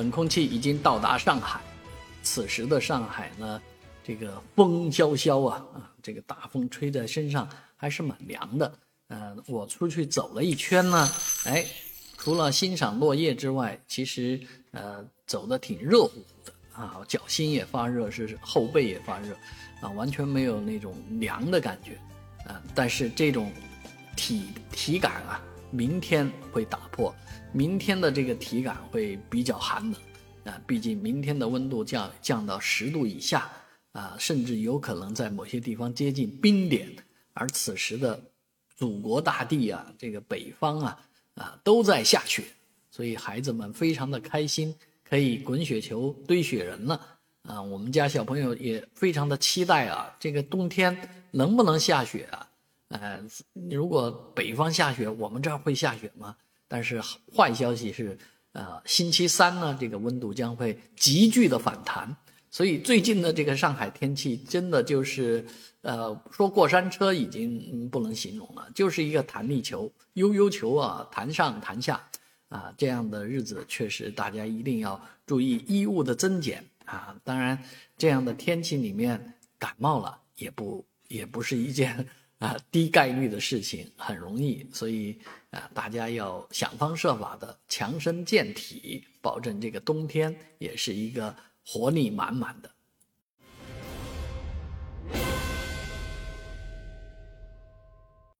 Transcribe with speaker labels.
Speaker 1: 冷空气已经到达上海，此时的上海呢，这个风萧萧啊，这个大风吹在身上还是蛮凉的。我出去走了一圈呢，除了欣赏落叶之外，其实走得挺热乎乎的啊，脚心也发热，是后背也发热啊，完全没有那种凉的感觉啊。但是这种体感啊，明天会打破，明天的这个体感会比较寒冷啊，毕竟明天的温度降到10度以下啊，甚至有可能在某些地方接近冰点。而此时的祖国大地啊，这个北方啊都在下雪，所以孩子们非常的开心，可以滚雪球、堆雪人了啊。我们家小朋友也非常的期待啊，这个冬天能不能下雪啊？如果北方下雪，我们这儿会下雪吗？但是坏消息是，星期三呢，这个温度将会急剧的反弹。所以最近的这个上海天气真的就是，说过山车已经不能形容了，就是一个弹力球、悠悠球啊，弹上弹下，啊，这样的日子确实大家一定要注意衣物的增减啊。当然，这样的天气里面感冒了也不是一件低概率的事情，很容易，所以大家要想方设法的强身健体，保证这个冬天也是一个活力满满的。